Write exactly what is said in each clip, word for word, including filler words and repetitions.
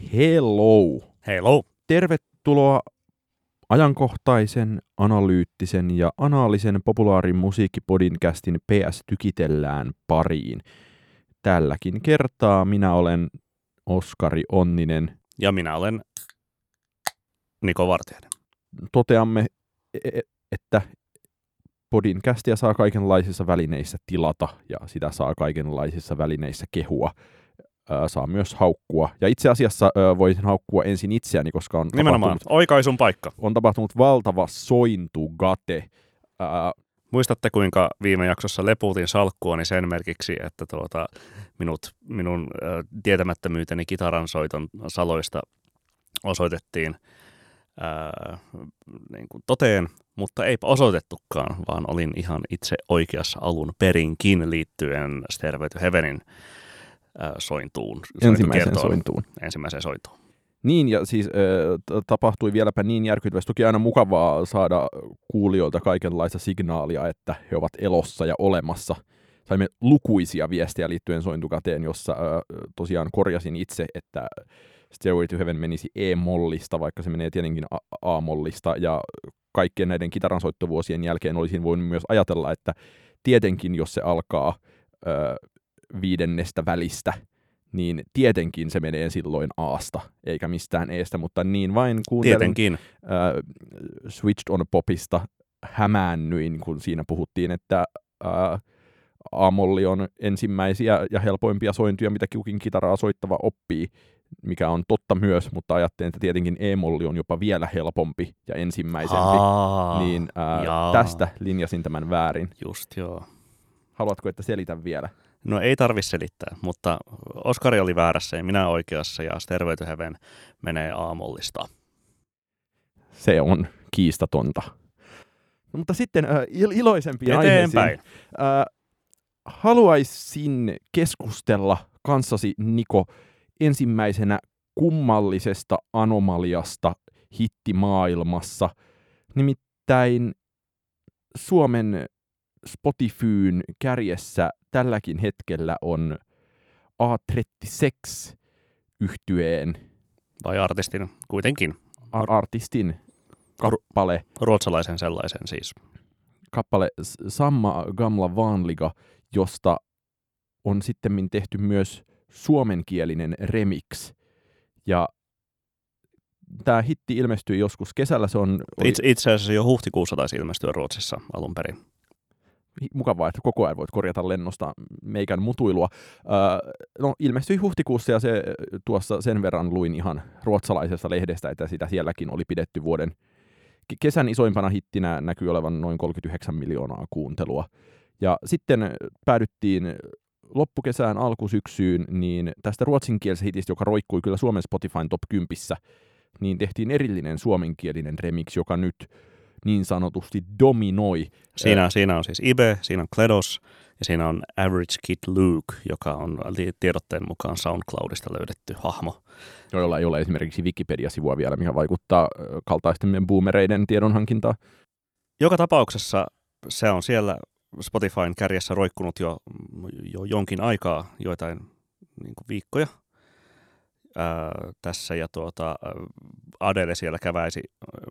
Hello! Hello! Tervetuloa ajankohtaisen, analyyttisen ja anaalisen populaarin musiikkipodcastin P S Tykitellään pariin. Tälläkin kertaa minä olen Oskari Onninen. Ja minä olen Niko Vartiainen. Toteamme, että podcastia saa kaikenlaisissa välineissä tilata ja sitä saa kaikenlaisissa välineissä kehua. Saa myös haukkua. Ja itse asiassa voisin haukkua ensin itseäni, koska on Nimenomaan, oikaisun paikka. On tapahtunut valtava sointugate. Ää... Muistatte, kuinka viime jaksossa lepuutin salkkuani sen merkiksi, että tuota, minut, minun ä, tietämättömyyteni kitaransoiton saloista osoitettiin ää, niin kuin toteen, mutta eipä osoitettukaan, vaan olin ihan itse oikeassa alun perinkin liittyen Stairway to Heavenin sointuun. Ensimmäiseen sointuun. Ensimmäiseen sointuun. Niin, ja siis äh, tapahtui vieläpä niin järkyttävästi. Toki aina mukavaa saada kuulijoilta kaikenlaista signaalia, että he ovat elossa ja olemassa. Saimme lukuisia viestejä liittyen sointukateen, jossa äh, tosiaan korjasin itse, että Stairway to Heaven menisi E-mollista, vaikka se menee tietenkin A-mollista, ja kaikkien näiden kitaransoittovuosien jälkeen olisin voinut myös ajatella, että tietenkin jos se alkaa äh, viidennestä välistä, niin tietenkin se menee silloin Aasta, eikä mistään Eestä, mutta niin vain kuuntelen äh, Switched on Popista hämäännyin, kun siinä puhuttiin, että äh, A-molli on ensimmäisiä ja helpoimpia sointuja, mitä kukin kitaraa soittava oppii, mikä on totta myös, mutta ajattelin, että tietenkin E-molli on jopa vielä helpompi ja ensimmäisempi, Aa, niin äh, tästä linjasin tämän väärin. Just joo. Haluatko, että selitän vielä? No ei tarvitse selittää, mutta Oskari oli väärässä ja minä oikeassa ja Stairway to Heaven menee A-mollista. Se on kiistatonta. No, mutta sitten äh, il- iloisempiin aiheisiin. Äh, haluaisin keskustella kanssasi, Niko, ensimmäisenä kummallisesta anomaliasta hittimaailmassa. Nimittäin Suomen Spotifyn kärjessä tälläkin hetkellä on A kolmekymmentäkuusi-yhtyeen. Vai artistin kuitenkin. A- artistin kappale. Ruotsalaisen sellaisen siis. Kappale Samma Gamla Vanliga, josta on sittemmin tehty myös suomenkielinen remix. Ja tämä hitti ilmestyi joskus kesällä. Se on, oli... itse, itse asiassa jo huhtikuussa taisi ilmestyä Ruotsissa alun perin. Mukavaa, että koko ajan voit korjata lennosta meikän mutuilua. Öö, no, ilmestyi huhtikuussa ja se tuossa sen verran luin ihan ruotsalaisesta lehdestä, että sitä sielläkin oli pidetty vuoden kesän isoimpana hittinä, näkyy olevan noin kolmekymmentäyhdeksän miljoonaa kuuntelua. Ja sitten päädyttiin loppukesään alkusyksyyn, niin tästä ruotsinkielisestä hitistä, joka roikkui kyllä Suomen Spotifyn top kymmenen, niin tehtiin erillinen suomenkielinen remix, joka nyt niin sanotusti dominoi. Siinä, äh, siinä on siis Ibe, siinä on Kledos ja siinä on Average Kid Luke, joka on tiedotteen mukaan SoundCloudista löydetty hahmo. Jolla ei ole esimerkiksi Wikipedia-sivua vielä, mikä vaikuttaa kaltaisten boomereiden tiedonhankintaa. Joka tapauksessa se on siellä Spotifyn kärjessä roikkunut jo, jo jonkin aikaa, joitain niin kuin viikkoja ää, tässä, ja tuota, Adele siellä käväisi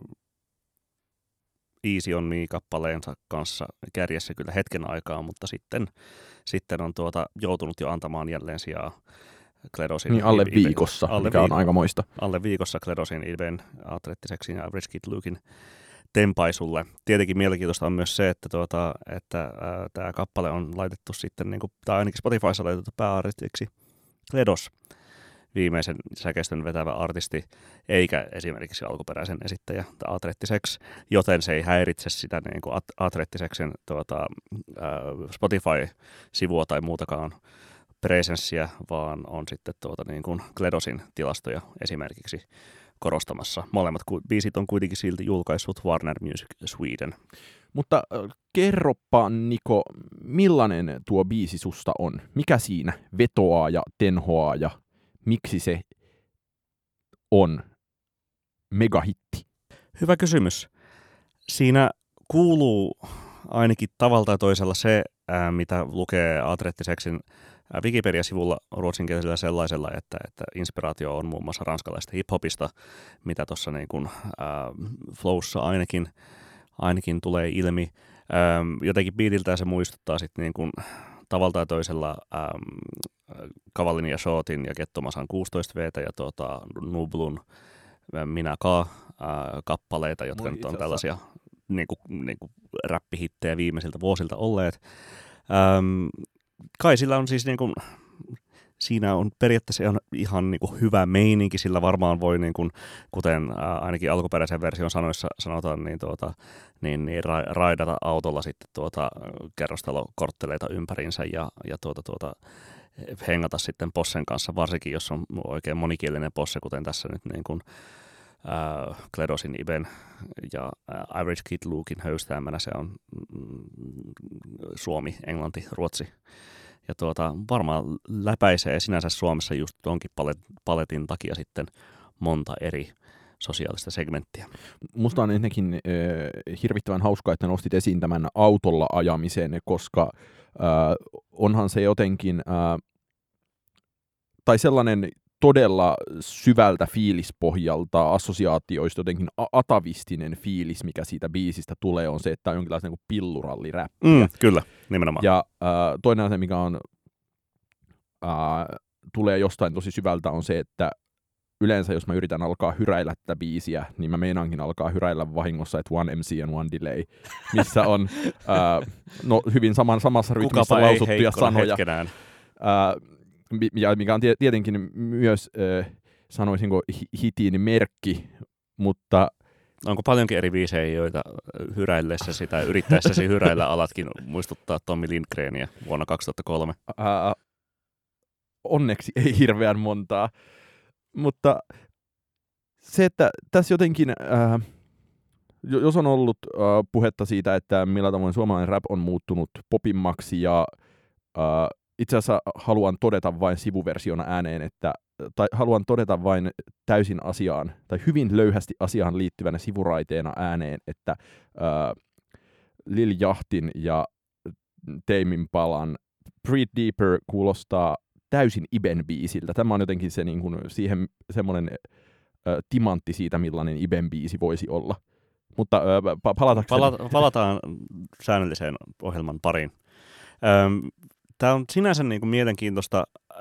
Easy on Me-kappaleensa kanssa kärjessä kyllä hetken aikaa, mutta sitten, sitten on tuota, joutunut jo antamaan jälleen sijaa Kledosin. Niin alle viikossa, alle mikä viik- on aikamoista. Alle viikossa Kledosin, Iben, Atlettiseksin ja Average Kid Luken tempaisulle. Tietenkin mielenkiintoista on myös se, että, tuota, että tämä kappale on laitettu sitten, niin kuin, tai ainakin Spotifyssa laitettu pääartistiksi Kledos, viimeisen säkeistön vetävä artisti, eikä esimerkiksi alkuperäisen esittäjä Atlettisex, joten se ei häiritse sitä niin kuin Atlettiseksen tuota, Spotify-sivua tai muutakaan presenssiä, vaan on sitten tuota, niin kuin Kledosin tilastoja esimerkiksi korostamassa. Molemmat biisit on kuitenkin silti julkaissut Warner Music Sweden. Mutta kerropa, Niko, millainen tuo biisi susta on? Mikä siinä vetoaa ja tenhoaa ja miksi se on megahitti? Hyvä kysymys. Siinä kuuluu ainakin tavalla tai toisella se ää, mitä lukee Atretti-seksin Wikipedia-sivulla ruotsinkielisellä sellaisella, että, että inspiraatio on muun muassa ranskalaisesta hiphopista, mitä tuossa niin kuin, äh, flowssa ainakin, ainakin tulee ilmi. Ähm, jotenkin beatiltään se muistuttaa sitten niin kuin tavalla tai toisella ähm, Kavallin ja Shortin ja Kettomasan kuusitoista vuotta ja tuota, Nublun Minä Ka äh, kappaleita, jotka nyt on tällaisia niin kuin, niin kuin räppihittejä viimeisiltä vuosilta olleet. Ähm, kai sillä on siis niin kuin, siinä on periaatteessa ihan, ihan niin kuin hyvä meininki, sillä varmaan voi, niin kuin, kuten ää, ainakin alkuperäisen version sanoissa sanotaan, niin, tuota, niin, niin ra, raidata autolla sitten tuota, kerrostalokortteleita ympäriinsä ja, ja tuota, tuota, hengata sitten possen kanssa, varsinkin jos on oikein monikielinen posse, kuten tässä nyt niin kuin, ää, Kledosin, Iben ja ää, Average Kid Luken höystäämänä se on mm, Suomi, Englanti, Ruotsi. Ja tuota, varmaan läpäisee sinänsä Suomessa just tonkin paletin takia sitten monta eri sosiaalista segmenttiä. Musta on ennenkin äh, hirvittävän hauskaa, että nostit esiin tämän autolla ajamisen, koska äh, onhan se jotenkin, äh, tai sellainen todella syvältä fiilispohjalta assosiaatioista jotenkin atavistinen fiilis, mikä siitä biisistä tulee, on se, että on jonkinlaista niin pilluralliräppiä. Mm, kyllä, nimenomaan. Ja äh, toinen asia, mikä on, äh, tulee jostain tosi syvältä, on se, että yleensä jos mä yritän alkaa hyräillä tätä biisiä, niin mä meinaankin alkaa hyräillä vahingossa, että one M C and one delay, missä on äh, no, hyvin saman, samassa rytmissä Kukapa lausuttuja sanoja. Äh, ja mikä on tietenkin myös, äh, sanoisinko, hitin merkki, mutta... Onko paljonkin eri biisejä, joita hyräillessäsi tai yrittäessäsi hyräillä alatkin muistuttaa Tommy Lindgrenia vuonna kaksituhattakolme? Äh, onneksi ei hirveän montaa, mutta se, että tässä jotenkin, äh, jos on ollut äh, puhetta siitä, että millä tavoin suomalainen rap on muuttunut popimmaksi ja äh, itse asiassa haluan todeta vain sivuversiona ääneen, että, tai haluan todeta vain täysin asiaan, tai hyvin löyhästi asiaan liittyvänä sivuraiteena ääneen, että äh, Lil Yachtin ja Tame Impalan Breathe Deeper kuulostaa täysin Iben biisiltä. Tämä on jotenkin se, niin kuin, siihen semmoinen äh, timantti siitä, millainen Iben biisi voisi olla. Mutta äh, palatakseni... Palata, palataan säännölliseen ohjelman pariin. Öm, Tämä on sinänsä niin kuin mielenkiintoista äh,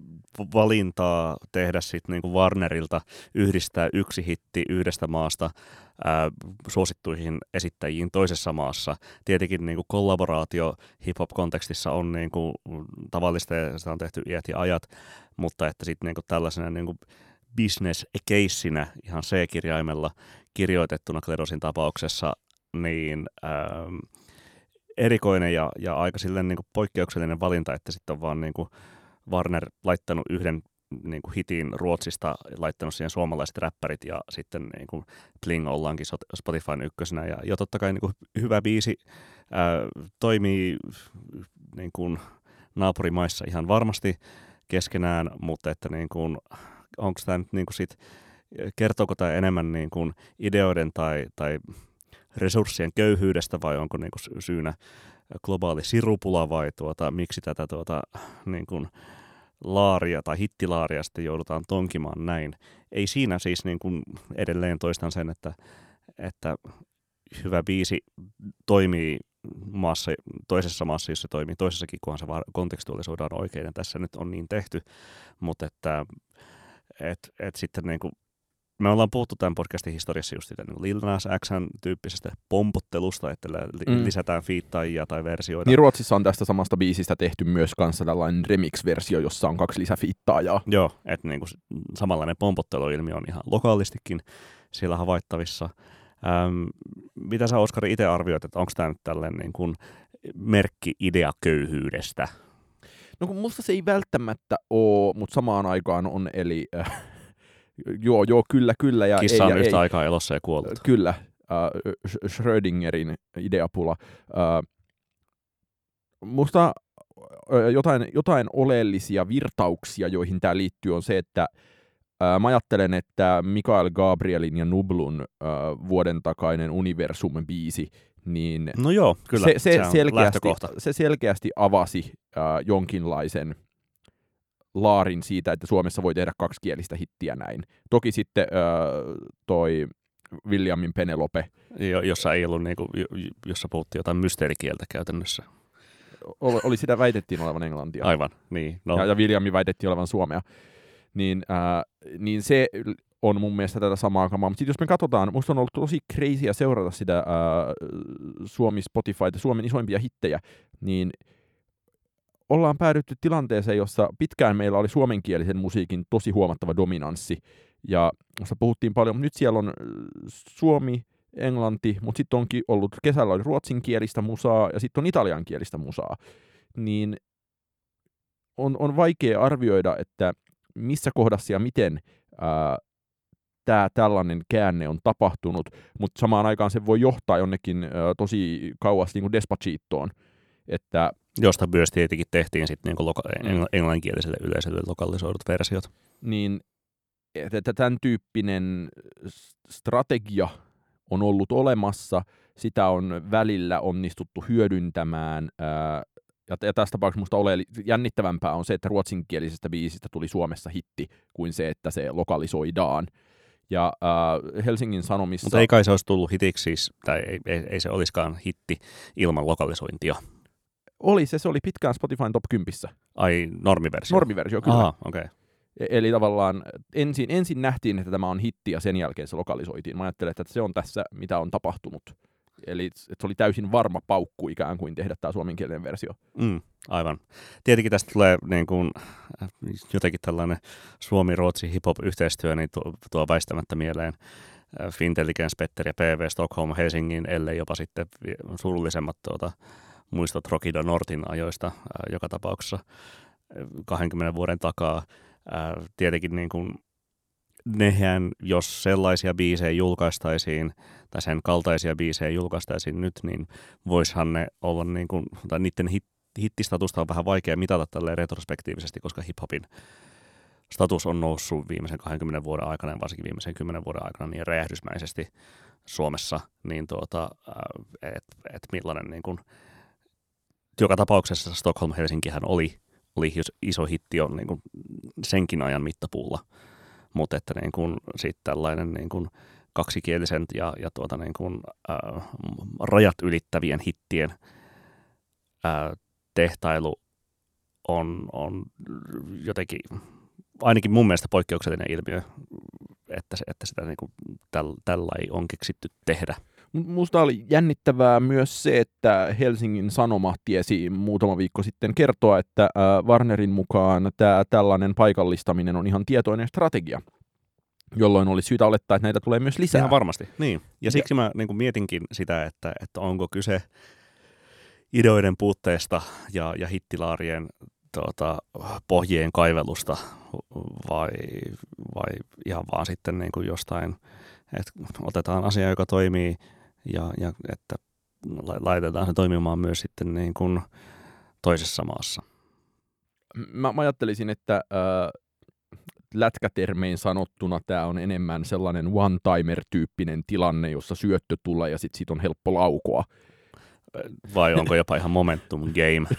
valintaa tehdä sit niin kuin Warnerilta yhdistää yksi hitti yhdestä maasta äh, suosittuihin esittäjiin toisessa maassa. Tietenkin niin kuin kollaboraatio hip-hop-kontekstissa on niin kuin tavallista ja sitä on tehty iät ja ajat, mutta että sitten niin kuin tällaisena niin kuin business-keissinä ihan C-kirjaimella kirjoitettuna Kledosin tapauksessa, niin... Ähm, erikoinen ja, ja aika silleen niin kuin poikkeuksellinen valinta, että sitten on vaan niin kuin Warner laittanut yhden niin kuin hitin Ruotsista, laittanut siihen suomalaiset räppärit ja sitten niin kuin Pling ollaankin Spotifyn ykkösenä. Ja, ja totta kai niin kuin hyvä biisi ää, toimii niin kuin naapurimaissa ihan varmasti keskenään, mutta että niin kuin, onko tämä nyt niin kuin sit, kertooko tämä enemmän niin kuin ideoiden tai, tai resurssien köyhyydestä vai onko niin kuin syynä globaali sirupula vai tuota, miksi tätä tuota, niin kuin laaria tai hittilaaria sitten joudutaan tonkimaan näin. Ei siinä siis niin kuin edelleen toistan sen, että, että hyvä biisi toimii maassa, toisessa maassa, jos se toimii toisessakin, kunhan se kontekstualisoidaan oikein, ja tässä nyt on niin tehty, mutta että et, et sitten niin kuin me ollaan puhuttu tämän podcastin historiassa just sitä niin Lil Nas X:n tyyppisestä pompottelusta, että li- lisätään fiittaajia tai versioita. Niin Ruotsissa on tästä samasta biisistä tehty myös kanssa tällainen remix-versio, jossa on kaksi lisäfiittaajaa. Joo, että niin kuin samanlainen pompotteluilmiö on ihan lokaalistikin siellä havaittavissa. Ähm, mitä sä, Oskari, itse arvioit, että onko tämä nyt tällainen niin kuin merkki ideaköyhyydestä? No kun musta se ei välttämättä ole, mutta samaan aikaan on, eli... Äh, Joo, joo, kyllä, kyllä. Ja Kissa ei, on ja yhtä ei. aikaa elossa ja kuollut. Kyllä, äh, Schrödingerin ideapula. Äh, musta äh, jotain, jotain oleellisia virtauksia, joihin tämä liittyy, on se, että ää, mä ajattelen, että Mikael Gabrielin ja Nublun ää, vuoden takainen Universum-biisi, niin no joo, kyllä, se, se, se on selkeästi, lähtökohta. se selkeästi avasi ää, jonkinlaisen laarin siitä, että Suomessa voi tehdä kaksikielistä hittiä näin. Toki sitten ää, toi Williamin Penelope, Jo, jossa ei ollut, niinku, jossa puhuttiin jotain mysteerikieltä käytännössä. Oli, oli sitä väitettiin olevan englantia. Aivan, niin. No. Ja, ja Williamin väitettiin olevan suomea. Niin, ää, niin se on mun mielestä tätä samaa kamaa. Mutta sitten jos me katsotaan, musta on ollut tosi crazyä seurata sitä ää, Suomi Spotifyta, Suomen isoimpia hittejä, niin ollaan päädytty tilanteeseen, jossa pitkään meillä oli suomenkielisen musiikin tosi huomattava dominanssi. Ja josta puhuttiin paljon, mutta nyt siellä on suomi, englanti, mutta sitten onkin ollut, kesällä oli ruotsinkielistä musaa ja sitten on italiankielistä musaa. Niin on, on vaikea arvioida, että missä kohdassa ja miten tämä tällainen käänne on tapahtunut, mutta samaan aikaan se voi johtaa jonnekin ää, tosi kauas niin kuin Despacitoon. Että josta myös tietenkin tehtiin sitten niinku loka- engl- englanninkieliselle yleisölle lokalisoidut versiot. Niin, että tämän tyyppinen strategia on ollut olemassa, sitä on välillä onnistuttu hyödyntämään, ää, ja tässä tapauksessa minusta ole jännittävämpää on se, että ruotsinkielisestä biisistä tuli Suomessa hitti, kuin se, että se lokalisoidaan. Ja äh, Helsingin Sanomissa... Mutta ei kai se olisi tullut hitiksi siis, tai ei, ei, ei se olisikaan hitti ilman lokalisointia. Oli se, se oli pitkään Spotifyn top kymmenen. Ai, normiversio? Normiversio, kyllä. Aha, okei. Okay. Eli tavallaan ensin, ensin nähtiin, että tämä on hitti ja sen jälkeen se lokalisoitiin. Mä ajattelen, että se on tässä, mitä on tapahtunut. Eli että se oli täysin varma paukku ikään kuin tehdä tämä suomenkielinen versio. Mm, aivan. Tietenkin tästä tulee niin kuin, jotenkin tällainen Suomi-Ruotsi hip-hop-yhteistyö, niin tuo, tuo väistämättä mieleen Fintelligence, Petter ja P V Stockholm Helsingin, ellei jopa sitten surullisemmat tuota, muistot Rokida Nortin ajoista ää, joka tapauksessa kahdenkymmenen vuoden takaa. Ää, tietenkin niin kuin, nehän, jos sellaisia biisejä julkaistaisiin, tai sen kaltaisia biisejä julkaistaisiin nyt, niin voisihan ne olla, niin kuin, tai niiden hit, hittistatusta on vähän vaikea mitata tälleen retrospektiivisesti, koska hiphopin status on noussut viimeisen kahdenkymmenen vuoden aikana, ja varsinkin viimeisen kymmenen vuoden aikana niin räjähdysmäisesti Suomessa, niin tuota, että et millainen niin kuin, joka tapauksessa Stockholm Helsinkihän oli, oli iso hitti on niin kuin senkin ajan mittapuulla. Mutta että niin kun sitten tällainen niin kun kaksikielisen ja, ja tuota niin kun, ää, rajat ylittävien hittien ää, tehtailu on, on jotenkin ainakin mun mielestä poikkeuksellinen ilmiö, että, että sitä niin kun täl, tällä ei on keksitty tehdä. Musta oli jännittävää myös se, että Helsingin Sanoma tiesi muutama viikko sitten kertoa, että Warnerin mukaan tämä tällainen paikallistaminen on ihan tietoinen strategia, jolloin oli syytä olettaa, että näitä tulee myös lisää. Ihan varmasti, niin. Ja siksi mä niin kuin mietinkin sitä, että, että onko kyse ideoiden puutteesta ja, ja hittilaarien tuota, pohjien kaivelusta vai, vai ihan vaan sitten niin kuin jostain, että otetaan asia, joka toimii ja, ja että laitetaan se toimimaan myös sitten niin kuin toisessa maassa. Mä, mä ajattelisin, että äh, lätkätermein sanottuna tämä on enemmän sellainen one-timer-tyyppinen tilanne, jossa syöttö tulee ja sitten siitä on helppo laukoa. Vai onko jopa ihan momentum game?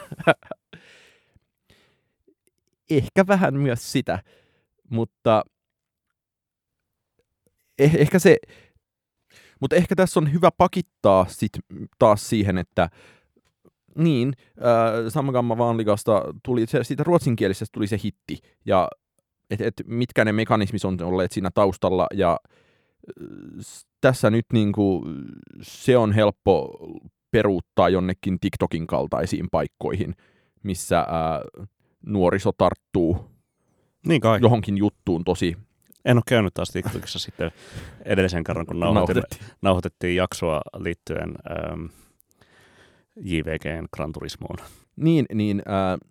Ehkä vähän myös sitä, mutta eh- ehkä se, mutta ehkä tässä on hyvä pakittaa sit taas siihen, että niin, äh, Samgamma Vanligasta tuli, se, siitä ruotsinkielisestä tuli se hitti, ja et, et mitkä ne mekanismit on olleet siinä taustalla, ja äh, tässä nyt niinku, se on helppo peruuttaa jonnekin TikTokin kaltaisiin paikkoihin, missä äh, nuoriso tarttuu niin kai. johonkin juttuun tosi. En ole käynyt taas TikTokissa sitten edellisen kerran, kun nauhoitettiin, nauhoitettiin jaksoa liittyen ähm, J V G:n Gran Turismoon. Niin, niin äh,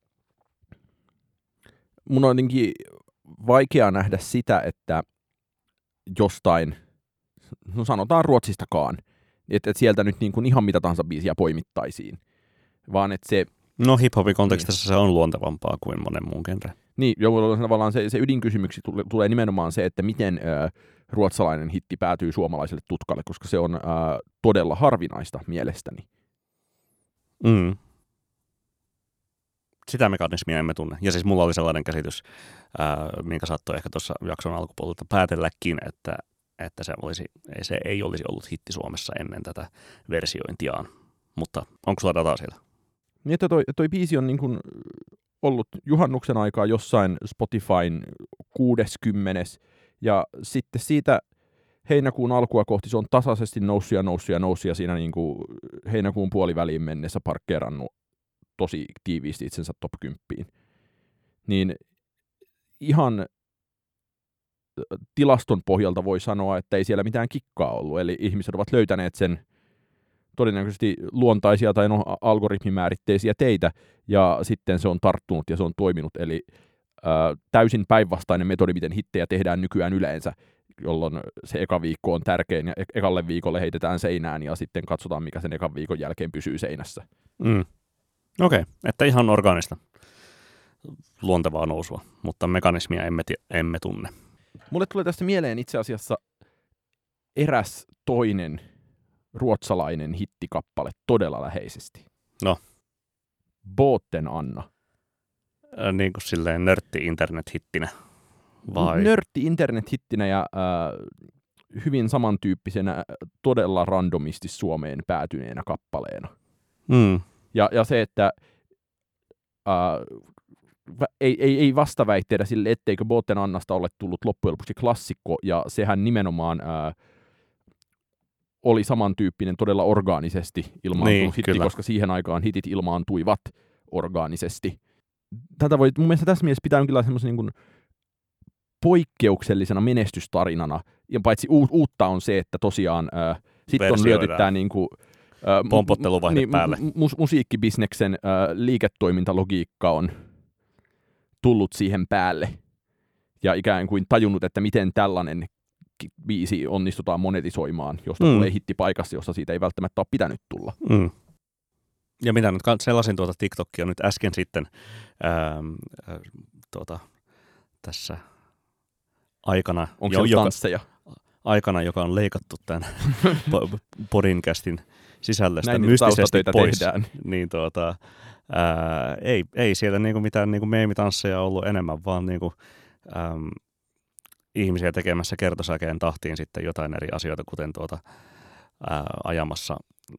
mun on jotenkin vaikea nähdä sitä, että jostain, no sanotaan Ruotsistakaan, että et sieltä nyt niin kuin ihan mitä tahansa biisiä poimittaisiin, vaan että se... No hip-hopin kontekstissa niin. Se on luontevampaa kuin monen muun genre. Niin, jolloin tavallaan se, se ydinkysymyksi tulee, tulee nimenomaan se, että miten ää, ruotsalainen hitti päätyy suomalaiselle tutkalle, koska se on ää, todella harvinaista mielestäni. Mm. Sitä mekanismia emme tunne. Ja siis mulla oli sellainen käsitys, ää, minkä saattoi ehkä tuossa jakson alkupuolelta päätelläkin, että, että se, olisi, se ei olisi ollut hitti Suomessa ennen tätä versiointiaan. Mutta onko sulla dataa siellä? Niin, että toi, toi biisi on niin kuin ollut juhannuksen aikaa jossain Spotifyn kuudeskymmenes, ja sitten siitä heinäkuun alkua kohti se on tasaisesti noussut ja noussut ja noussut, ja siinä niin kuin heinäkuun puoliväliin mennessä parkkeerannut tosi tiiviisti itsensä top kymmenen. Niin ihan tilaston pohjalta voi sanoa, että ei siellä mitään kikkaa ollut, eli ihmiset ovat löytäneet sen todennäköisesti luontaisia tai no, algoritmimääritteisiä teitä, ja sitten se on tarttunut ja se on toiminut, eli ää, täysin päinvastainen metodi, miten hittejä tehdään nykyään yleensä, jolloin se eka viikko on tärkein, ja ekalle viikolle heitetään seinään, ja sitten katsotaan, mikä sen ekan viikon jälkeen pysyy seinässä. Mm. Okei, okay. Että ihan orgaanista luontevaa nousua, mutta mekanismia emme, t- emme tunne. Mulle tulee tästä mieleen itse asiassa eräs toinen ruotsalainen hittikappale todella läheisesti. No. Båten Anna. Äh, niin kuin silleen nörtti internet-hittinä. Vai? Nörtti internet-hittinä ja äh, hyvin samantyyppisenä todella randomisti Suomeen päätyneenä kappaleena. Mm. Ja, ja se, että äh, ei, ei, ei vastaväitteedä sille, etteikö Båten Annasta ole tullut loppujen lopuksi klassikko, ja sehän nimenomaan äh, oli samantyyppinen todella orgaanisesti ilmaantunut niin, hitti, kyllä. koska siihen aikaan hitit ilmaantuivat orgaanisesti. Tätä voi, mun mielestä tässä mielessä pitää jonkinlaisen semmoisen niin kuin poikkeuksellisena menestystarinana, ja paitsi u- uutta on se, että tosiaan äh, sitten on lyöty tämä niin kuin äh, pompotteluvaihe niin, päälle. Mu- musiikkibisneksen äh, liiketoimintalogiikka on tullut siihen päälle, ja ikään kuin tajunnut, että miten tällainen biisi onnistutaan monetisoimaan, josta mm. tulee hitti paikassa, jossa siitä ei välttämättä ole pitänyt tulla. Mm. Ja mitä nyt sellaisin tuota TikTokia nyt äsken sitten ää, tuota, tässä aikana, Onko jo, se joka, tansseja? aikana, joka on leikattu tämän podcastin sisällöstä näin mystisesti pois, tehdään. Niin tuota, ää, ei, ei siellä niinku mitään niinku meemitansseja ollut enemmän, vaan niinku, äm, ihmisiä tekemässä kertosäkeen tahtiin sitten jotain eri asioita, kuten tuota, ää, ajamassa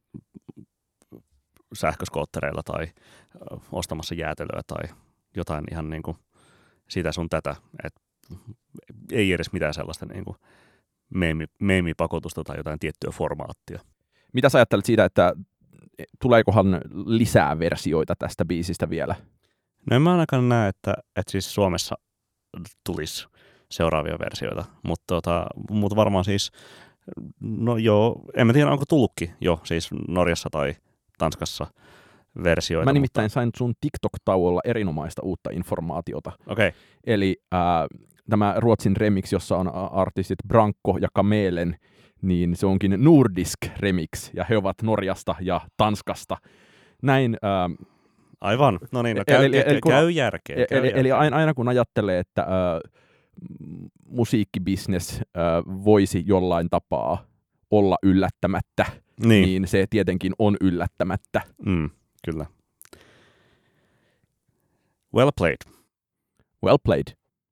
sähköskoottereilla tai ää, ostamassa jäätelöä tai jotain ihan niin kuin sitä sun tätä. Et ei edes mitään sellaista niin kuin meemi, meemipakotusta tai jotain tiettyä formaattia. Mitä sä ajattelet siitä, että tuleekohan lisää versioita tästä biisistä vielä? No en mä ainakaan näe, että, että siis Suomessa tulisi seuraavia versioita, mutta, tota, mutta varmaan siis, no joo, en mä tiedä onko tullutkin jo siis Norjassa tai Tanskassa versioita. Mä nimittäin mutta... sain sun TikTok-tauolla erinomaista uutta informaatiota. Okay. Eli äh, tämä Ruotsin remix, jossa on artistit Branko ja Kamelen, niin se onkin Nordisk remix, ja he ovat Norjasta ja Tanskasta. Näin... Äh, Aivan, no niin, no käy, eli, eli, käy, käy järkeä. Eli, eli, eli aina kun ajattelee, että äh, musiikkibisnes äh, voisi jollain tapaa olla yllättämättä, niin, niin se tietenkin on yllättämättä. Mm, kyllä. Well played. Well played.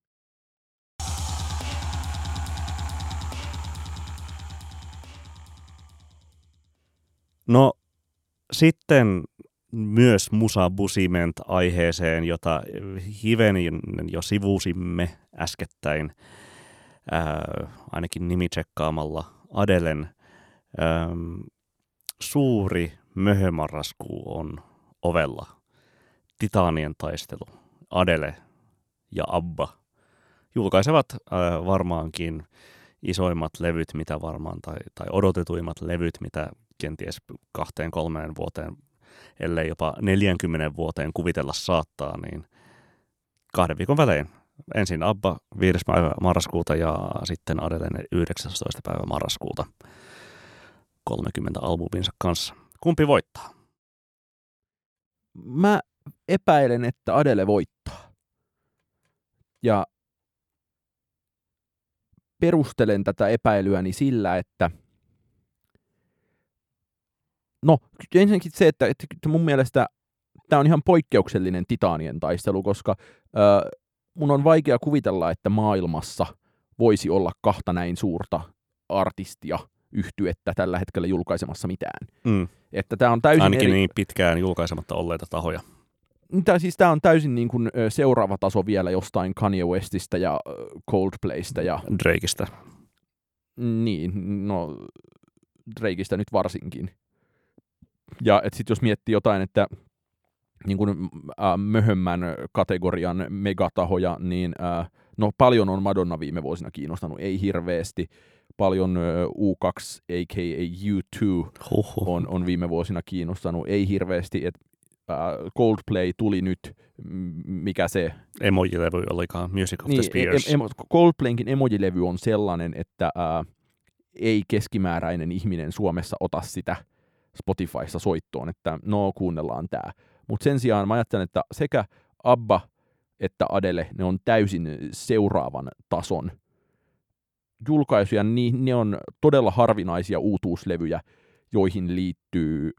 No sitten myös Musa Busiment-aiheeseen, jota hivenen jo sivusimme äskettäin, ää, ainakin nimitsekkaamalla Adelen. Ää, suuri möhömarraskuu on ovella. Titaanien taistelu. Adele ja Abba julkaisevat ää, varmaankin isoimmat levyt, mitä varmaan, tai, tai odotetuimmat levyt, mitä kenties kahteen kolmeen vuoteen, ellei jopa neljänkymmenen vuoteen kuvitella saattaa, niin kahden viikon välein. Ensin Abba viides päivä marraskuuta ja sitten Adelen yhdeksästoista päivä marraskuuta kolmekymmentä albuminsa kanssa. Kumpi voittaa? Mä epäilen, että Adele voittaa. Ja perustelen tätä epäilyäni sillä, että no ensinnäkin se, että, että mun mielestä tämä on ihan poikkeuksellinen titaanien taistelu, koska äh, mun on vaikea kuvitella, että maailmassa voisi olla kahta näin suurta artistia yhtyettä tällä hetkellä julkaisemassa mitään. Mm. Että tää on täysin Ainakin eri... niin pitkään julkaisematta olleita tahoja. Tää, siis tämä on täysin niin kuin seuraava taso vielä jostain Kanye Westistä ja Coldplaysta ja... Drakeista. Niin, no Drakeista nyt varsinkin. Ja sitten jos miettii jotain, että niin kuin, äh, möhömmän kategorian megatahoja, niin äh, no paljon on Madonna viime vuosina kiinnostanut, ei hirveästi. Paljon äh, U kaksi, a k a. U kaksi, on, on viime vuosina kiinnostanut, ei hirveästi. Et, äh, Coldplay tuli nyt, mikä se... Emoji-levy olikaan, Music of niin, the Spheres. E- e- Coldplaynkin emoji-levy on sellainen, että äh, ei keskimääräinen ihminen Suomessa ota sitä Spotifyssa soittoon, että no kuunnellaan tää. Mutta sen sijaan mä ajattelen, että sekä ABBA että Adele, ne on täysin seuraavan tason julkaisuja. Niin ne on todella harvinaisia uutuuslevyjä, joihin liittyy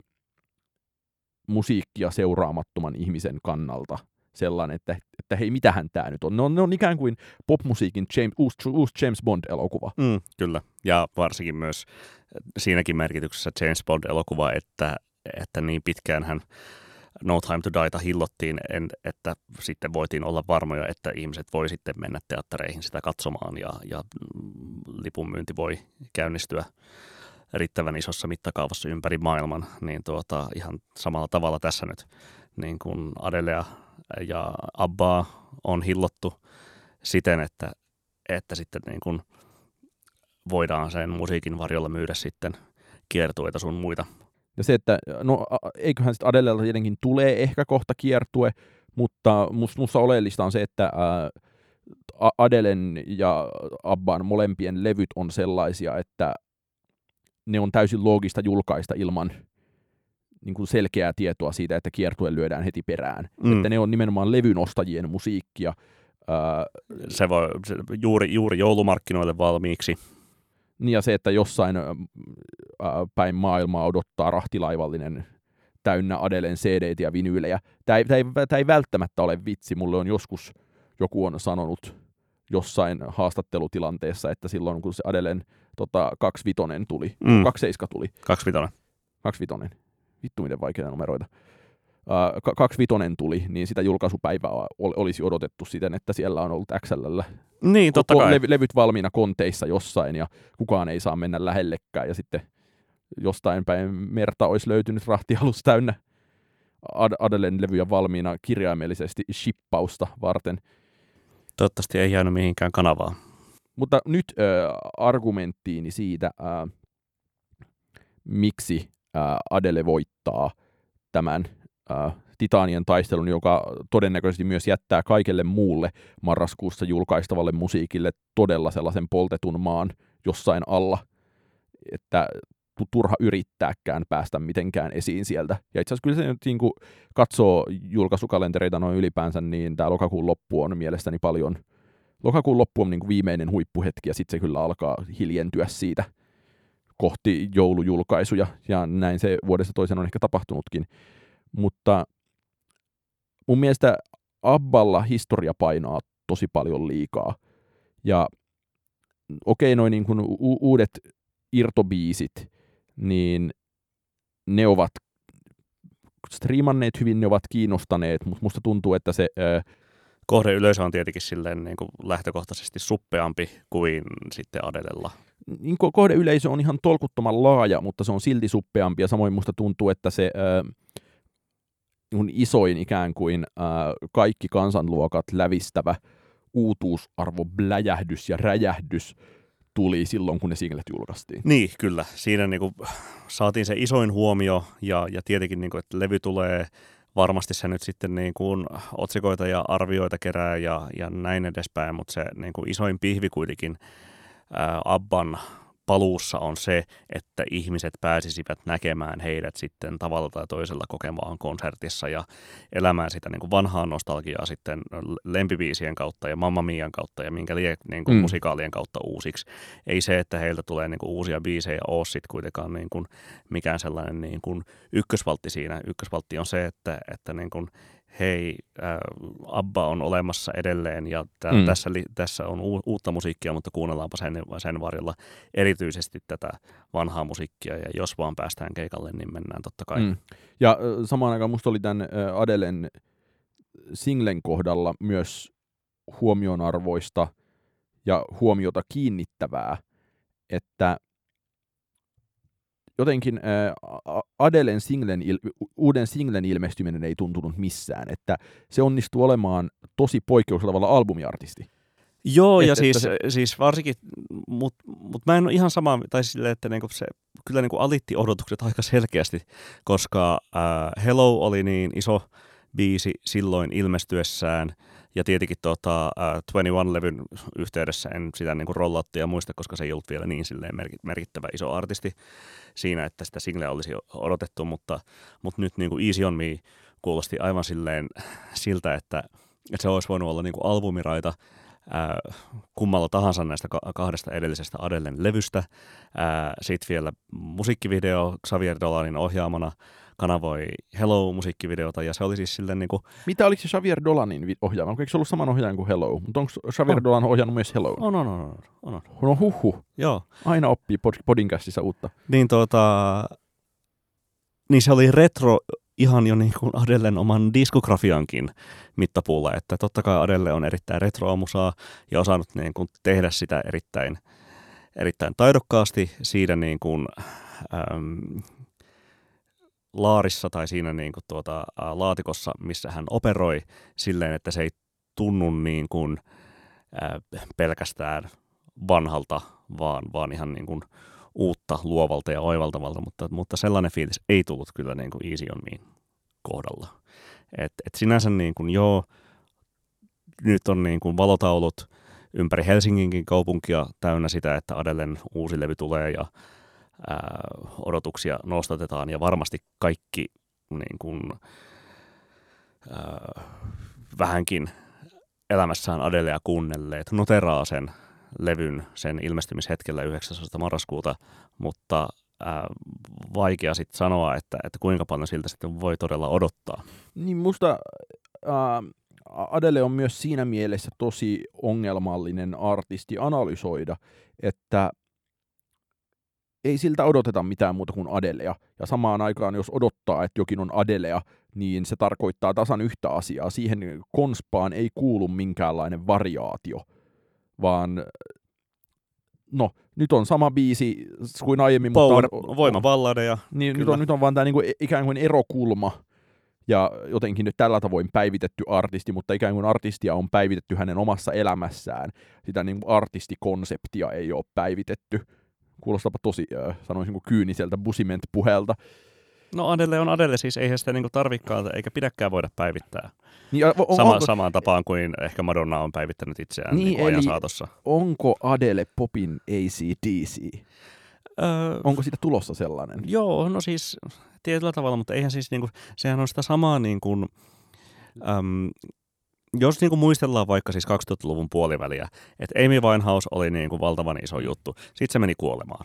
musiikkia seuraamattoman ihmisen kannalta sellainen, että, että hei, mitähän tää nyt on. Ne on, ne on ikään kuin popmusiikin James, uusi, uusi James Bond-elokuva. Mm, kyllä, ja varsinkin myös siinäkin merkityksessä James Bond-elokuva, että, että niin pitkään hän No Time to Dieta hillottiin, en, että sitten voitiin olla varmoja, että ihmiset voi sitten mennä teattereihin sitä katsomaan ja, ja lipunmyynti voi käynnistyä riittävän isossa mittakaavassa ympäri maailman, niin tuota, ihan samalla tavalla tässä nyt niin kuin Adelea ja Abbaa on hillottu siten, että, että sitten niin kuin voidaan sen musiikin varjolla myydä sitten kiertueita sun muita. Ja se, että no eiköhän sitten Adelelta tietenkin tulee ehkä kohta kiertue, mutta musta, musta oleellista on se, että ää, Adelen ja Abban molempien levyt on sellaisia, että ne on täysin loogista julkaista ilman niin kuin selkeää tietoa siitä, että kiertue lyödään heti perään. Mm. Että ne on nimenomaan levynostajien musiikkia. Ää, se voi se, juuri, juuri joulumarkkinoille valmiiksi. Ja se, että jossain ää, päin maailmaa odottaa rahtilaivallinen täynnä Adelen C D:tä ja vinyylejä. Tämä ei, tämä, ei, tämä ei välttämättä ole vitsi. Mulle on joskus joku on sanonut jossain haastattelutilanteessa, että silloin kun se Adelen tota, kaksivitonen tuli, mm. kaksiseiska tuli. Kaksivitonen. Kaksivitonen. Vittu miten vaikeita numeroita. Uh, kaksivitonen tuli, niin sitä julkaisupäivää ol, olisi odotettu siten, että siellä on ollut X L:llä niin, totta kai. Levy, levyt valmiina konteissa jossain ja kukaan ei saa mennä lähellekään ja sitten jostain päin merta olisi löytynyt rahtialus täynnä Ad- Adelen levyjä valmiina kirjaimellisesti shippausta varten. Toivottavasti ei jäänyt mihinkään kanavaan. Mutta nyt äh, argumenttiini siitä, äh, miksi äh, Adele voittaa tämän äh, Titaanien taistelun, joka todennäköisesti myös jättää kaikelle muulle marraskuussa julkaistavalle musiikille todella sellaisen poltetun maan jossain alla, että turha yrittääkään päästä mitenkään esiin sieltä. Ja itse asiassa kyllä se nyt niin kuin katsoo julkaisukalentereita noin ylipäänsä, niin tämä lokakuun loppu on mielestäni paljon. Lokakuun loppu on niin kuin viimeinen huippuhetki ja sitten se kyllä alkaa hiljentyä siitä kohti joulujulkaisuja ja näin se vuodesta toiseen on ehkä tapahtunutkin. Mutta mun mielestä Abballa historia painaa tosi paljon liikaa. Ja okei, noin niin kuin u- uudet irtobiisit, niin ne ovat striimanneet hyvin, ne ovat kiinnostaneet, mutta musta tuntuu, että se... Ää, kohdeyleisö on tietenkin silleen niin kuin lähtökohtaisesti suppeampi kuin sitten Adelella. Niin kohdeyleisö on ihan tolkuttoman laaja, mutta se on silti suppeampi, ja samoin musta tuntuu, että se ää, isoin ikään kuin ää, kaikki kansanluokat lävistävä uutuusarvo, bläjähdys ja räjähdys tuli silloin, kun ne singlet julkaistiin. Niin, kyllä. Siinä niin kuin, saatiin se isoin huomio, ja, ja tietenkin, niin kuin, että levy tulee, varmasti se nyt sitten niin kuin, otsikoita ja arvioita kerää ja, ja näin edespäin, mutta se niin kuin, isoin pihvi kuitenkin ää, Abban paluussa on se, että ihmiset pääsisivät näkemään heidät sitten tavalla tai toisella kokemaan konsertissa ja elämään sitä niin kuin vanhaa nostalgiaa sitten lempibiisien kautta ja Mamma Mian kautta ja minkä lie niin kuin mm. musikaalien kautta uusiksi. Ei se, että heiltä tulee niin kuin uusia biisejä ole sitten kuitenkaan niin kuin mikään sellainen niin kuin ykkösvaltti siinä. Ykkösvaltti on se, että, että niin kuin hei, äh, ABBA on olemassa edelleen ja tä- mm. tässä, li- tässä on u- uutta musiikkia, mutta kuunnellaanpa sen, sen varjolla erityisesti tätä vanhaa musiikkia ja jos vaan päästään keikalle, niin mennään totta kai. Mm. Ja äh, samaan aikaan musta oli tämän äh, Adelen singlen kohdalla myös huomionarvoista ja huomiota kiinnittävää, että jotenkin äh, Adelen singlen, il, uuden singlen ilmestyminen ei tuntunut missään, että se onnistuu olemaan tosi poikkeuksellisella tavalla albumiartisti. Joo, et, ja siis, se... siis varsinkin, mutta mut mä en ole ihan sama, tai silleen, että niinku se kyllä niinku alitti odotukset aika selkeästi, koska äh, Hello oli niin iso biisi silloin ilmestyessään, ja tietenkin tota, äh, kaksikymmentäyksi-levyn yhteydessä en sitä niinku rollattia muista, koska se ei ollut vielä niin silleen merkittävä iso artisti siinä, että sitä singleä olisi odotettu, mutta, mutta nyt niinku Easy on Me kuulosti aivan silleen siltä, että, että se olisi voinut olla niinku albumiraita äh, kummalla tahansa näistä kahdesta edellisestä Adelen levystä. Äh, Sitten vielä musiikkivideo Xavier Dolanin ohjaamana kanavoi Hello-musiikkivideota, ja se oli siis silleen niinku... Mitä oliko se Xavier Dolanin ohjaama? Onko se ollut saman ohjaajan kuin Hello? Mutta onko Xavier on. Dolan ohjannut myös Hello? On, on, on. on, on. No huhhuh. Joo. Aina oppii pod- podcastissa uutta. Niin tota... Niin se oli retro ihan jo niin kuin Adelen oman diskografiankin mittapuulla, että totta kai Adele on erittäin retroa musaa ja osannut niin kuin tehdä sitä erittäin, erittäin taidokkaasti siinä niin kuin, äm, laarissa tai siinä niin kuin tuota, ä, laatikossa, missä hän operoi silleen, että se ei tunnu niin kuin, ä, pelkästään vanhalta, vaan, vaan ihan niin kuin uutta, luovalta ja oivaltavalta, mutta, mutta sellainen fiilis ei tullut kyllä niin kuin Easy on Me kohdalla. Et, et sinänsä niin kuin joo, nyt on niin kuin valotaulut ympäri Helsinginkin kaupunkia täynnä sitä, että Adelen uusi levy tulee ja ää, odotuksia nostatetaan ja varmasti kaikki niin kuin, ää, vähänkin elämässään Adelea kuunnelleet noteraa sen levyn sen ilmestymishetkellä yhdeksästoista marraskuuta, mutta ää, vaikea sitten sanoa, että, että kuinka paljon siltä sitten voi todella odottaa. Niin musta ää, Adele on myös siinä mielessä tosi ongelmallinen artisti analysoida, että ei siltä odoteta mitään muuta kuin Adelea, ja samaan aikaan jos odottaa, että jokin on Adelea, niin se tarkoittaa tasan yhtä asiaa. Siihen konspaan ei kuulu minkäänlainen variaatio, vaan no, nyt on sama biisi kuin aiemmin, Power, mutta on, voimaballadeja. Niin, nyt on, nyt on vaan tämä niinku ikään kuin erokulma ja jotenkin nyt tällä tavoin päivitetty artisti, mutta ikään kuin artistia on päivitetty hänen omassa elämässään. Sitä niinku artistikonseptia ei ole päivitetty. Kuulostaapa tosi, äh, sanoisin kuin kyyniseltä Busiment-puheelta. No Adele on Adele, siis eihän sitä niinku tarvikaan eikä pidäkään voida päivittää. Niin, on, Sama, onko, samaan tapaan kuin ehkä Madonna on päivittänyt itseään niin, niin ajan eli saatossa. Onko Adele popin A C D C? Öö, onko siitä tulossa sellainen? Joo, no siis tietyllä tavalla, mutta eihän siis niinku, sehän on sitä samaa niin kuin, äm, jos niinku muistellaan vaikka siis kaksituhattaluvun puoliväliä, että Amy Winehouse oli niinku valtavan iso juttu, sitten se meni kuolemaan.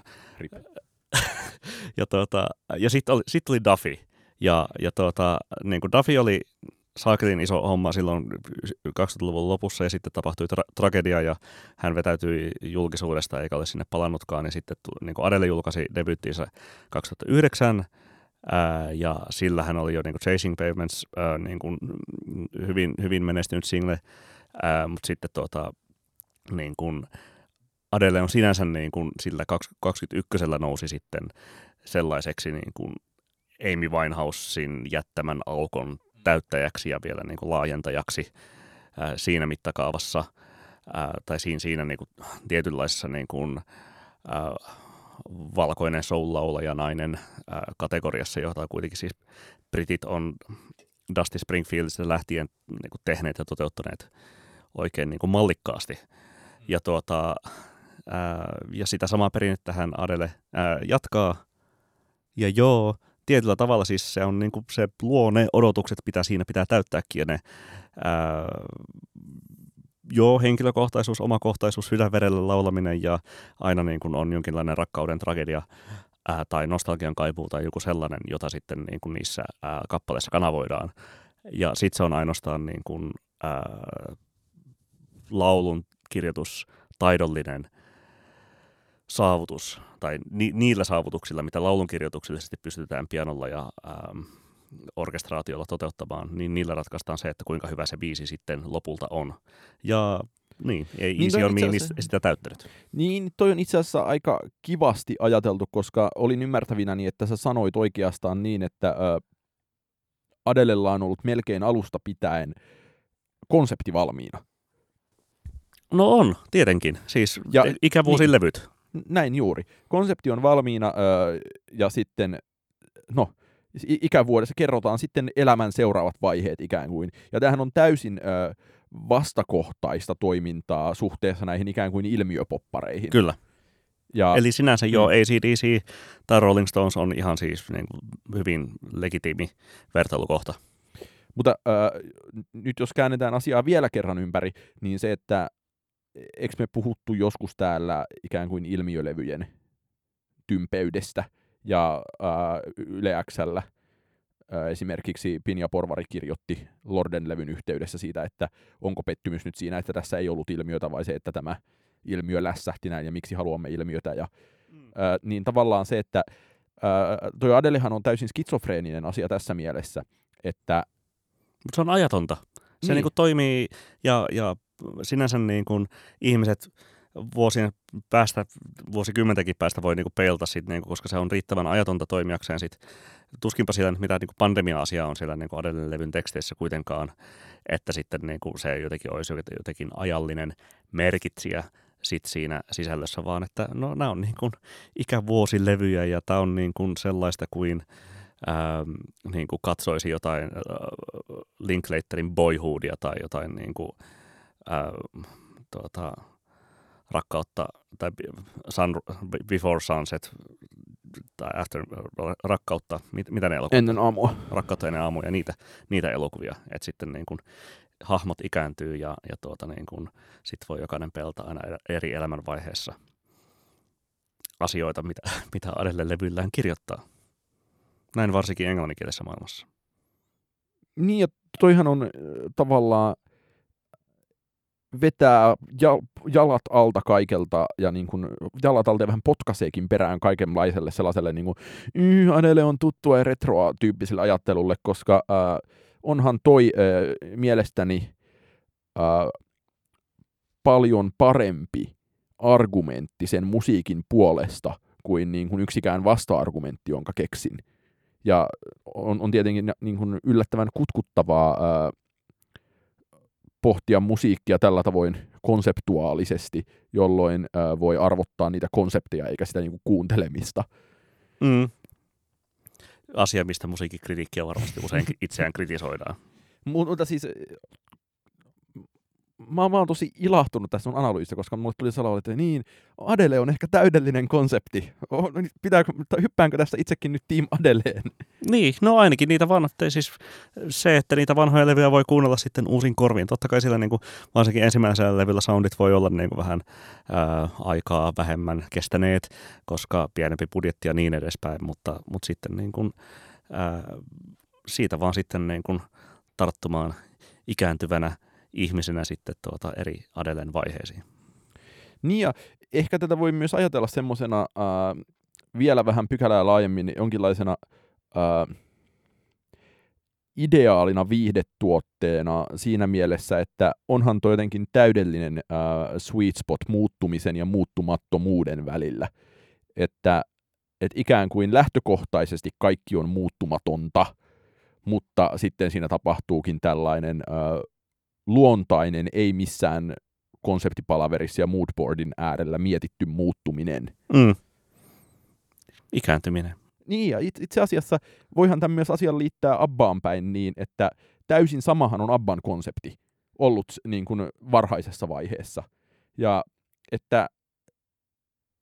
ja tota, ja sitten oli, sit oli Duffy, ja, ja tota, niinku Duffy oli saakelin iso homma silloin kaksituhattaluvun lopussa, ja sitten tapahtui tra- tragedia, ja hän vetäytyi julkisuudesta, eikä ole sinne palannutkaan, ja sitten niin kuin Adele julkaisi debyyttiinsä kaksituhattayhdeksän, ää, ja sillä hän oli jo niin kuin Chasing Pavements ää, niin kuin hyvin, hyvin menestynyt single, ää, mutta sitten tuota, niin kuin Adele on sinänsä niin kuin sillä kaksikymmentäyksi nousi sitten sellaiseksi niin kuin Amy Winehousein jättämän aukon täyttäjäksi ja vielä niin kuin laajentajaksi ää, siinä mittakaavassa ää, tai siinä, siinä niin kuin tietynlaisessa niin kuin, ää, valkoinen soul-laulaja nainen ää, kategoriassa, jota kuitenkin siis britit on Dusty Springfieldista lähtien niin kuin tehneet ja toteuttaneet oikein niin kuin mallikkaasti. Ja tuota, ää, ja sitä samaa perinnettähän Adele ää, jatkaa. Ja joo, tietyllä tavalla siis se on niinku, se luo ne odotukset, mitä siinä pitää täyttääkin, ja ne ää, joo, henkilökohtaisuus, omakohtaisuus, sydänverelle laulaminen ja aina niin kuin on jonkinlainen rakkauden tragedia ää, tai nostalgian kaipuu tai joku sellainen, jota sitten niin kuin niissä ää, kappaleissa kanavoidaan. Ja sitten se on ainoastaan niin kuin, ää, laulun kirjoitus, taidollinen saavutus, tai ni- niillä saavutuksilla, mitä laulun kirjoituksellisesti pystytään pianolla ja ää, orkestraatiolla toteuttamaan, niin niillä ratkaistaan se, että kuinka hyvä se biisi sitten lopulta on. Ja niin, ei niin Easy on Me asiassa... sitä täyttänyt. Niin, toi on itse asiassa aika kivasti ajateltu, koska olin ymmärtävinäni, että sä sanoit oikeastaan niin, että ä, Adelella on ollut melkein alusta pitäen konsepti valmiina. No on, tietenkin. Siis ja, ikävuosilevyt. Niin, näin juuri. Konsepti on valmiina ä, ja sitten, no, ikävuodessa kerrotaan sitten elämän seuraavat vaiheet ikään kuin. Ja tämähän on täysin ö, vastakohtaista toimintaa suhteessa näihin ikään kuin ilmiöpoppareihin. Kyllä. Ja, eli sinänsä mm. joo, A C D C tai Rolling Stones on ihan siis niin kuin hyvin legitiimi vertailukohta. Mutta ö, nyt jos käännetään asiaa vielä kerran ympäri, niin se, että eikö me puhuttu joskus täällä ikään kuin ilmiölevyjen tympeydestä, ja ää, Yle X:llä ää, esimerkiksi Pinja Porvari kirjoitti Lorden-levyn yhteydessä siitä, että onko pettymys nyt siinä, että tässä ei ollut ilmiötä, vai se, että tämä ilmiö lässähti näin, ja miksi haluamme ilmiötä. Ja, ää, niin tavallaan se, että ää, toi Adelehan on täysin skitsofreeninen asia tässä mielessä, että... Mutta se on ajatonta. Se niin. Niin kuin toimii, ja, ja sinänsä niin kuin ihmiset... vuosien päästä, vuosikymmentäkin päästä voi niinku peilata sit, niinku, koska se on riittävän ajatonta toimijakseen sit. Tuskinpa siellä mitä niinku pandemia-asiaa on siellä niinku Adelen levyn teksteissä kuitenkaan, että sitten niinku se jotenkin olisi jotenkin ajallinen merkitsijä sit siinä sisällössä, vaan että no nämä on niinku ikävuosilevyjä ja tämä on niinku sellaista kuin ähm, niinku katsoisi jotain äh, Linklaterin Boyhoodia tai jotain niinku, äh, tuota, rakkautta tai sun, Before Sunset tai After rakkautta, mit, mitä ne elokuvia? Ennen aamua. Rakkautta ennen aamua ja niitä, niitä elokuvia, että sitten niin kun hahmot ikääntyy ja, ja tuota niin kun sit voi jokainen pelata aina eri elämänvaiheessa asioita, mitä, mitä Adele levyillään kirjoittaa. Näin varsinkin englanninkielisessä maailmassa. Niin ja toihan on äh, tavallaan vetää jalat alta kaikelta ja niin kuin jalat alta ja vähän potkaiseekin perään kaikenlaiselle sellaiselle niin kuin mm, Adele on tuttua ja retroa tyyppiselle ajattelulle, koska äh, onhan toi äh, mielestäni äh, paljon parempi argumentti sen musiikin puolesta kuin, niin kuin yksikään vasta-argumentti, jonka keksin. Ja on, on tietenkin niin kuin yllättävän kutkuttavaa äh, pohtia musiikkia tällä tavoin konseptuaalisesti, jolloin äh, voi arvottaa niitä konsepteja eikä sitä niinku kuuntelemista. Mm. Asia, mistä musiikkikritiikkiä varmasti usein itseään kritisoidaan. Mutta siis mä, mä oon tosi ilahtunut tässä sun analyysistä, koska mulle tuli sanoa, että niin, Adele on ehkä täydellinen konsepti. Oh, pitääkö, hyppäänkö tästä itsekin nyt Team Adeleen? Niin, no ainakin niitä vanhoja, siis se, että niitä vanhoja levyjä voi kuunnella sitten uusin korviin. Totta kai sillä niin kuin, varsinkin ensimmäisellä levyllä soundit voi olla niin kuin vähän ää, aikaa vähemmän kestäneet, koska pienempi budjetti ja niin edespäin, mutta, mutta sitten niin kuin, ää, siitä vaan sitten niin kuin tarttumaan ikääntyvänä ihmisenä sitten tuota eri Adelen vaiheisiin. Niin ja ehkä tätä voi myös ajatella semmoisena äh, vielä vähän pykälää laajemmin jonkinlaisena äh, ideaalina viihdetuotteena siinä mielessä, että onhan toi jotenkin täydellinen äh, sweet spot muuttumisen ja muuttumattomuuden välillä. Että et ikään kuin lähtökohtaisesti kaikki on muuttumatonta, mutta sitten siinä tapahtuukin tällainen äh, luontainen, ei missään konseptipalaverissa ja moodboardin äärellä mietitty muuttuminen. Mm. Ikääntyminen. Niin, ja itse asiassa voihan tämän myös asian liittää Abbaan päin niin, että täysin samahan on Abban konsepti ollut niin kuin varhaisessa vaiheessa. Ja että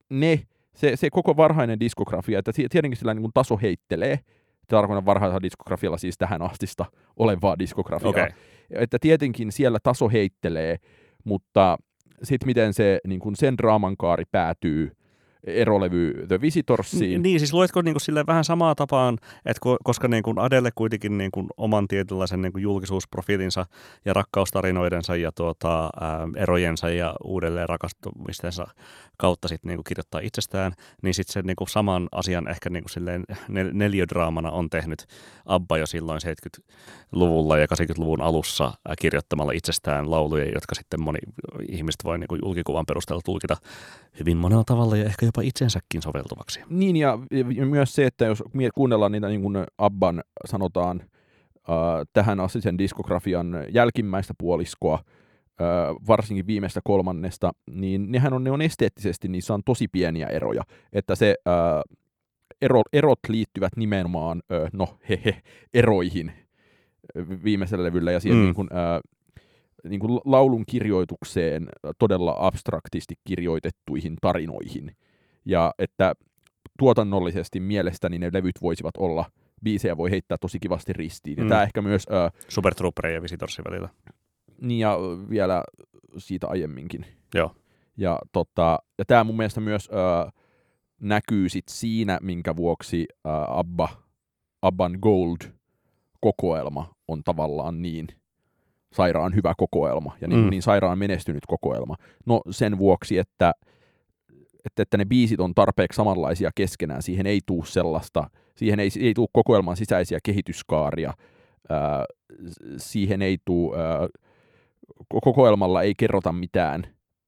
ne, se, se koko varhainen diskografia, että tietenkin sillä niin kuin taso heittelee, tarkoitan varhaisella diskografialla siis tähän astista olevaa diskografiaa, okay. Että tietenkin siellä taso heittelee, mutta sitten miten se, niin kuin sen draaman kaari päätyy erolevy The Visitorsiin. Niin, siis luetko niin kuin silleen vähän samaa tapaan, että koska niin kuin Adele kuitenkin niin kuin oman tietynlaisen niin kuin julkisuusprofiilinsa ja rakkaustarinoidensa ja tuota, ää, erojensa ja uudelleen rakastumistensa kautta sit niin kuin kirjoittaa itsestään, niin sitten se niin kuin saman asian ehkä niin kuin silleen neliödraamana on tehnyt ABBA jo silloin seitsemänkymmentäluvulla ja kahdeksankymmentäluvun alussa ää, kirjoittamalla itsestään lauluja, jotka sitten moni ihmiset voi niin kuin julkikuvan perusteella tulkita hyvin monella tavalla ja ehkä jopa itsensäkin soveltuvaksi. Niin, ja, ja myös se, että jos kuunnellaan niitä niin kuin ABBAn, sanotaan, äh, tähän astisen diskografian jälkimmäistä puoliskoa, äh, varsinkin viimeistä kolmannesta, niin nehän on, ne on esteettisesti, niissä on tosi pieniä eroja. Että se äh, ero, erot liittyvät nimenomaan, äh, no hehe, eroihin viimeisellä levyllä ja siihen mm. niin kuin, äh, niin kuin laulun kirjoitukseen todella abstraktisti kirjoitettuihin tarinoihin. Ja että tuotannollisesti mielestäni ne levyt voisivat olla, biisejä voi heittää tosi kivasti ristiin. Ja mm. tämä ehkä myös... Äh, Super Trooperin ja Visitorsin välillä. Niin ja vielä siitä aiemminkin. Joo. Ja, tota, ja tämä mun mielestä myös äh, näkyy sit siinä, minkä vuoksi äh, Abba, Abban Gold-kokoelma on tavallaan niin sairaan hyvä kokoelma ja niin, mm. niin sairaan menestynyt kokoelma. No sen vuoksi, että, että, että ne biisit on tarpeeksi samanlaisia keskenään, siihen ei tule sellaista, siihen ei, ei tule kokoelman sisäisiä kehityskaaria, ää, siihen ei tule, ää, kokoelmalla ei kerrota mitään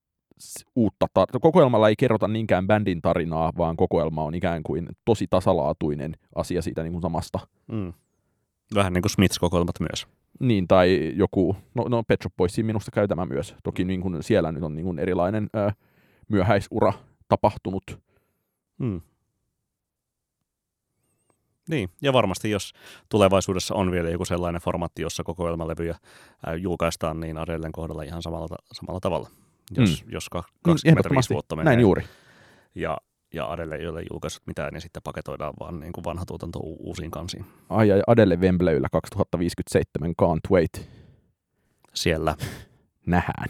uutta, tar- kokoelmalla ei kerrota niinkään bändin tarinaa, vaan kokoelma on ikään kuin tosi tasalaatuinen asia siitä niin kuin samasta. Mm. Vähän niin kuin Smiths-kokoelmat myös. Niin, tai joku, no, no Pet Shop Boysin minusta käy tämä myös. Toki niin kuin siellä nyt on niin kuin erilainen ää, myöhäisura tapahtunut. Hmm. Niin, ja varmasti jos tulevaisuudessa on vielä joku sellainen formaatti, jossa kokoelmalevyjä ää, julkaistaan, niin Adelen kohdalla ihan samalla, samalla tavalla. Jos, hmm. jos kaksikymmentäviisi vuotta menee. Näin juuri. Ja Ja Adele ei ole julkaissut mitään, niin sitten paketoidaan vaan niin kuin vanha tuotanto u- uusiin kansiin. Ai ai, Adele Wembleyllä kaksituhattaviisikymmentäseitsemän, can't wait. Siellä. Nähdään.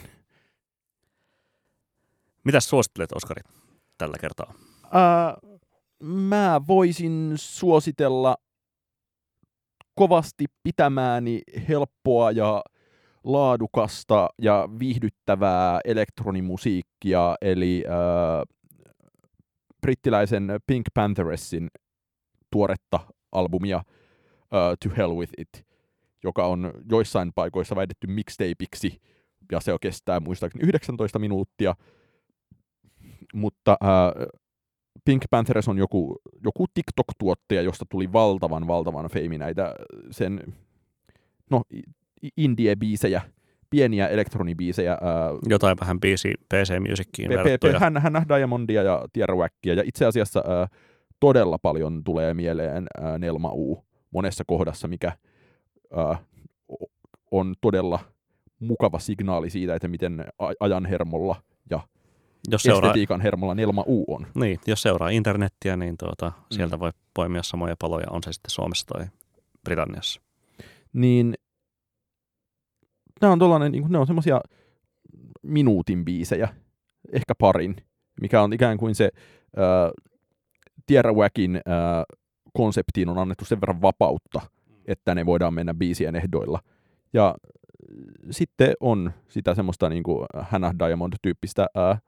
Mitäs suosittelet, Oskari, tällä kertaa? Äh, mä voisin suositella kovasti pitämääni helppoa ja laadukasta ja viihdyttävää elektronimusiikkia, eli äh, brittiläisen Pink Pantheressin tuoretta albumia uh, To Hell With It, joka on joissain paikoissa väitetty mixtapeiksi, ja se kestää muistaakseni yhdeksäntoista minuuttia, mutta uh, Pink Panthers on joku, joku TikTok-tuottaja, josta tuli valtavan, valtavan feimi näitä sen, no, indie-biisejä, pieniä elektronibiisejä. Ää, Jotain vähän biisi P C-musickiin verrattuja. Hän, hän Diamondia ja Tierrawackia, ja itse asiassa ää, todella paljon tulee mieleen ää, Nelma U monessa kohdassa, mikä ää, on todella mukava signaali siitä, että miten ajan hermolla ja jos seuraa, estetiikan hermolla Nelma U on. Niin, jos seuraa internettiä, niin tuota, mm. sieltä voi poimia samoja paloja, on se sitten Suomessa tai Britanniassa. Niin nämä on tollainen, niin ne on semmoisia minuutin biisejä, ehkä parin, mikä on ikään kuin se äh, Tierrawackin äh, konseptiin on annettu sen verran vapautta, että ne voidaan mennä biisien ehdoilla. Ja sitten on sitä semmoista niin kuin Hannah Diamond-tyyppistä äh,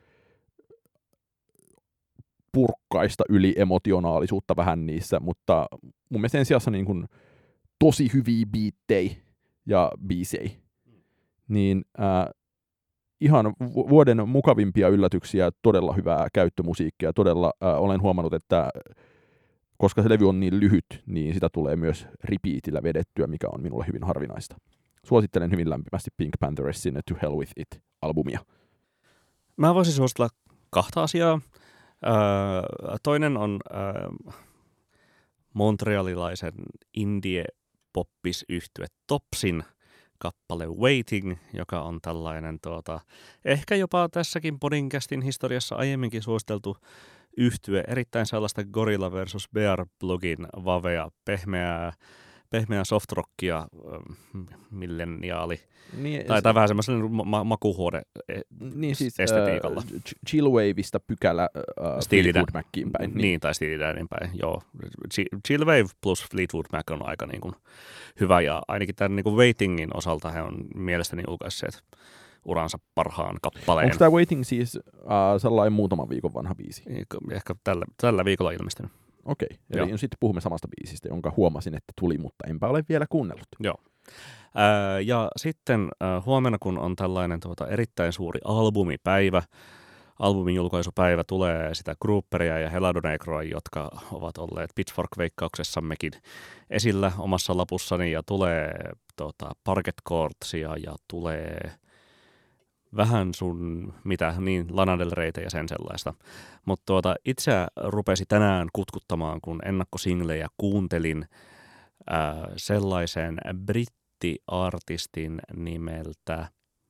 purkkaista yliemotionaalisuutta vähän niissä, mutta mun mielestä sen sijassa niin kuin tosi hyviä biittejä ja biisejä. Niin äh, ihan vuoden mukavimpia yllätyksiä, todella hyvää käyttömusiikkia. Todella äh, olen huomannut, että koska se levy on niin lyhyt, niin sitä tulee myös repeatillä vedettyä, mikä on minulle hyvin harvinaista. Suosittelen hyvin lämpimästi Pink Pantheressin To Hell With It-albumia. Mä voisin suositella kahta asiaa. Öö, toinen on öö, montrealilaisen indie-poppis-yhtye Topsin kappale Waiting, joka on tällainen tuota, ehkä jopa tässäkin podcastin historiassa aiemminkin suositeltu yhtye, erittäin sellaista Gorilla versus Bear blogin vavea, pehmeää, pehmeää softrockia, milleniaali, Niin, tai, tai vähän semmoisella ma- makuhuone niin siis, estetiikalla. Äh, Chillwaveista pykälä äh, Fleetwood Maciin päin. Niin, niin tai Steely Danin päin, joo. Chillwave plus Fleetwood Mac on aika niin kuin hyvä, ja ainakin tämän niin kuin Waitingin osalta he on mielestäni julkaisseet uransa parhaan kappaleen. Onko tämä Waiting siis äh, sellainen muutaman viikon vanha biisi? Ehkä tällä, tällä viikolla ilmestynyt. Okei, okay. Eli sitten puhumme samasta biisistä, jonka huomasin, että tuli, mutta enpä ole vielä kuunnellut. Joo. Ää, ja sitten ää, huomenna, kun on tällainen tuota, erittäin suuri albumipäivä, albumin julkaisupäivä, tulee sitä Grouperia ja Helado Negroa, jotka ovat olleet Pitchfork-veikkauksessammekin esillä omassa lapussani, ja tulee tuota, Parquet Courtsia ja tulee vähän sun, mitä, niin Lana Del Reytä ja sen sellaista. Mutta tuota, itse rupesi tänään kutkuttamaan, kun ennakkosinglejä kuuntelin ää, sellaisen brittiartistin nimeltä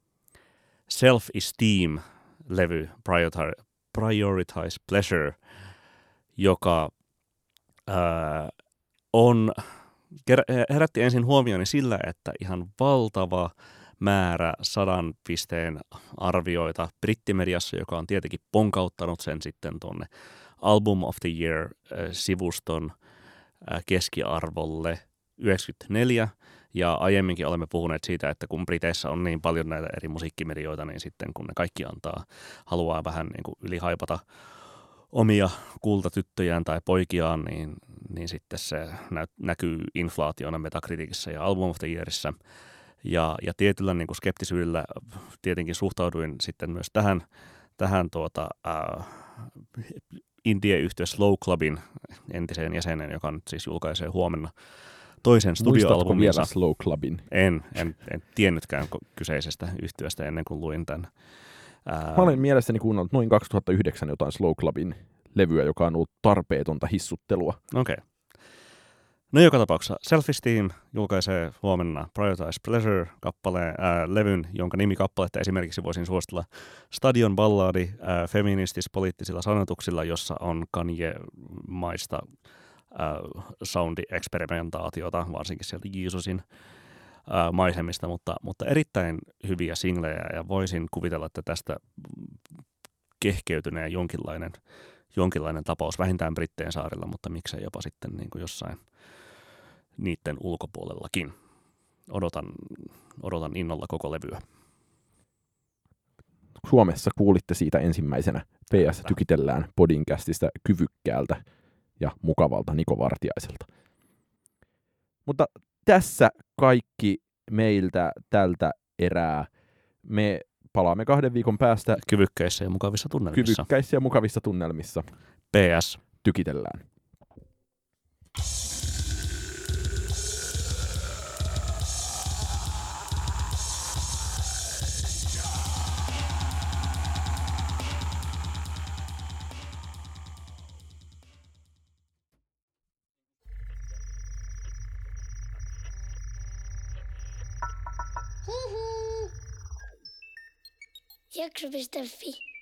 Self-Esteem-levy Prioritize Pleasure, joka ää, on, herätti ensin huomioni sillä, että ihan valtava määrä sadan pisteen arvioita brittimediassa, joka on tietenkin ponkauttanut sen sitten tuonne Album of the Year-sivuston keskiarvolle yhdeksänkymmentäneljä, ja aiemminkin olemme puhuneet siitä, että kun Briteissä on niin paljon näitä eri musiikkimedioita, niin sitten kun ne kaikki antaa, haluaa vähän niin kuin ylihaipata omia kultatyttöjään tai poikiaan, niin, niin sitten se nä- näkyy inflaationa Metacriticissa ja Album of the Yearissa. Ja, ja tietyllä niin kuin skeptisyydellä tietenkin suhtauduin sitten myös tähän, tähän tuota, äh, indie-yhtye Slow Clubin entiseen jäsenen, joka nyt siis julkaisee huomenna toisen studioalbuminsa. Muistatko vielä Slow Clubin? En, en, en tiennytkään kyseisestä yhtyeestä ennen kuin luin tämän. Ää... Mä olen mielestäni kuunnellut noin kaksituhattayhdeksän jotain Slow Clubin levyä, joka on ollut tarpeetonta hissuttelua. Okei. Okay. No joka tapauksessa Self-Esteem julkaisee huomenna Prioritize Pleasure-kappaleen, ää, levyn, jonka nimikappaletta esimerkiksi voisin suositella Stadion ballaadi ää, feministis-poliittisilla sanotuksilla, jossa on Kanye-maista ää, soundi-eksperimentaatiota, varsinkin sieltä Jeesusin ää, maisemista, mutta, mutta erittäin hyviä singlejä, ja voisin kuvitella, että tästä kehkeytyneen jonkinlainen, jonkinlainen tapaus vähintään Britteen saarilla, mutta miksei jopa sitten niin kuin jossain niiden ulkopuolellakin. Odotan, odotan innolla koko levyä. Suomessa kuulitte siitä ensimmäisenä. P S tykitellään podcastista kyvykkäältä ja mukavalta Niko Vartiaiselta. Mutta tässä kaikki meiltä tältä erää. Me palaamme kahden viikon päästä kyvykkäissä ja mukavissa tunnelmissa. Kyvykkäissä ja mukavissa tunnelmissa. P S tykitellään. Jakso piste fi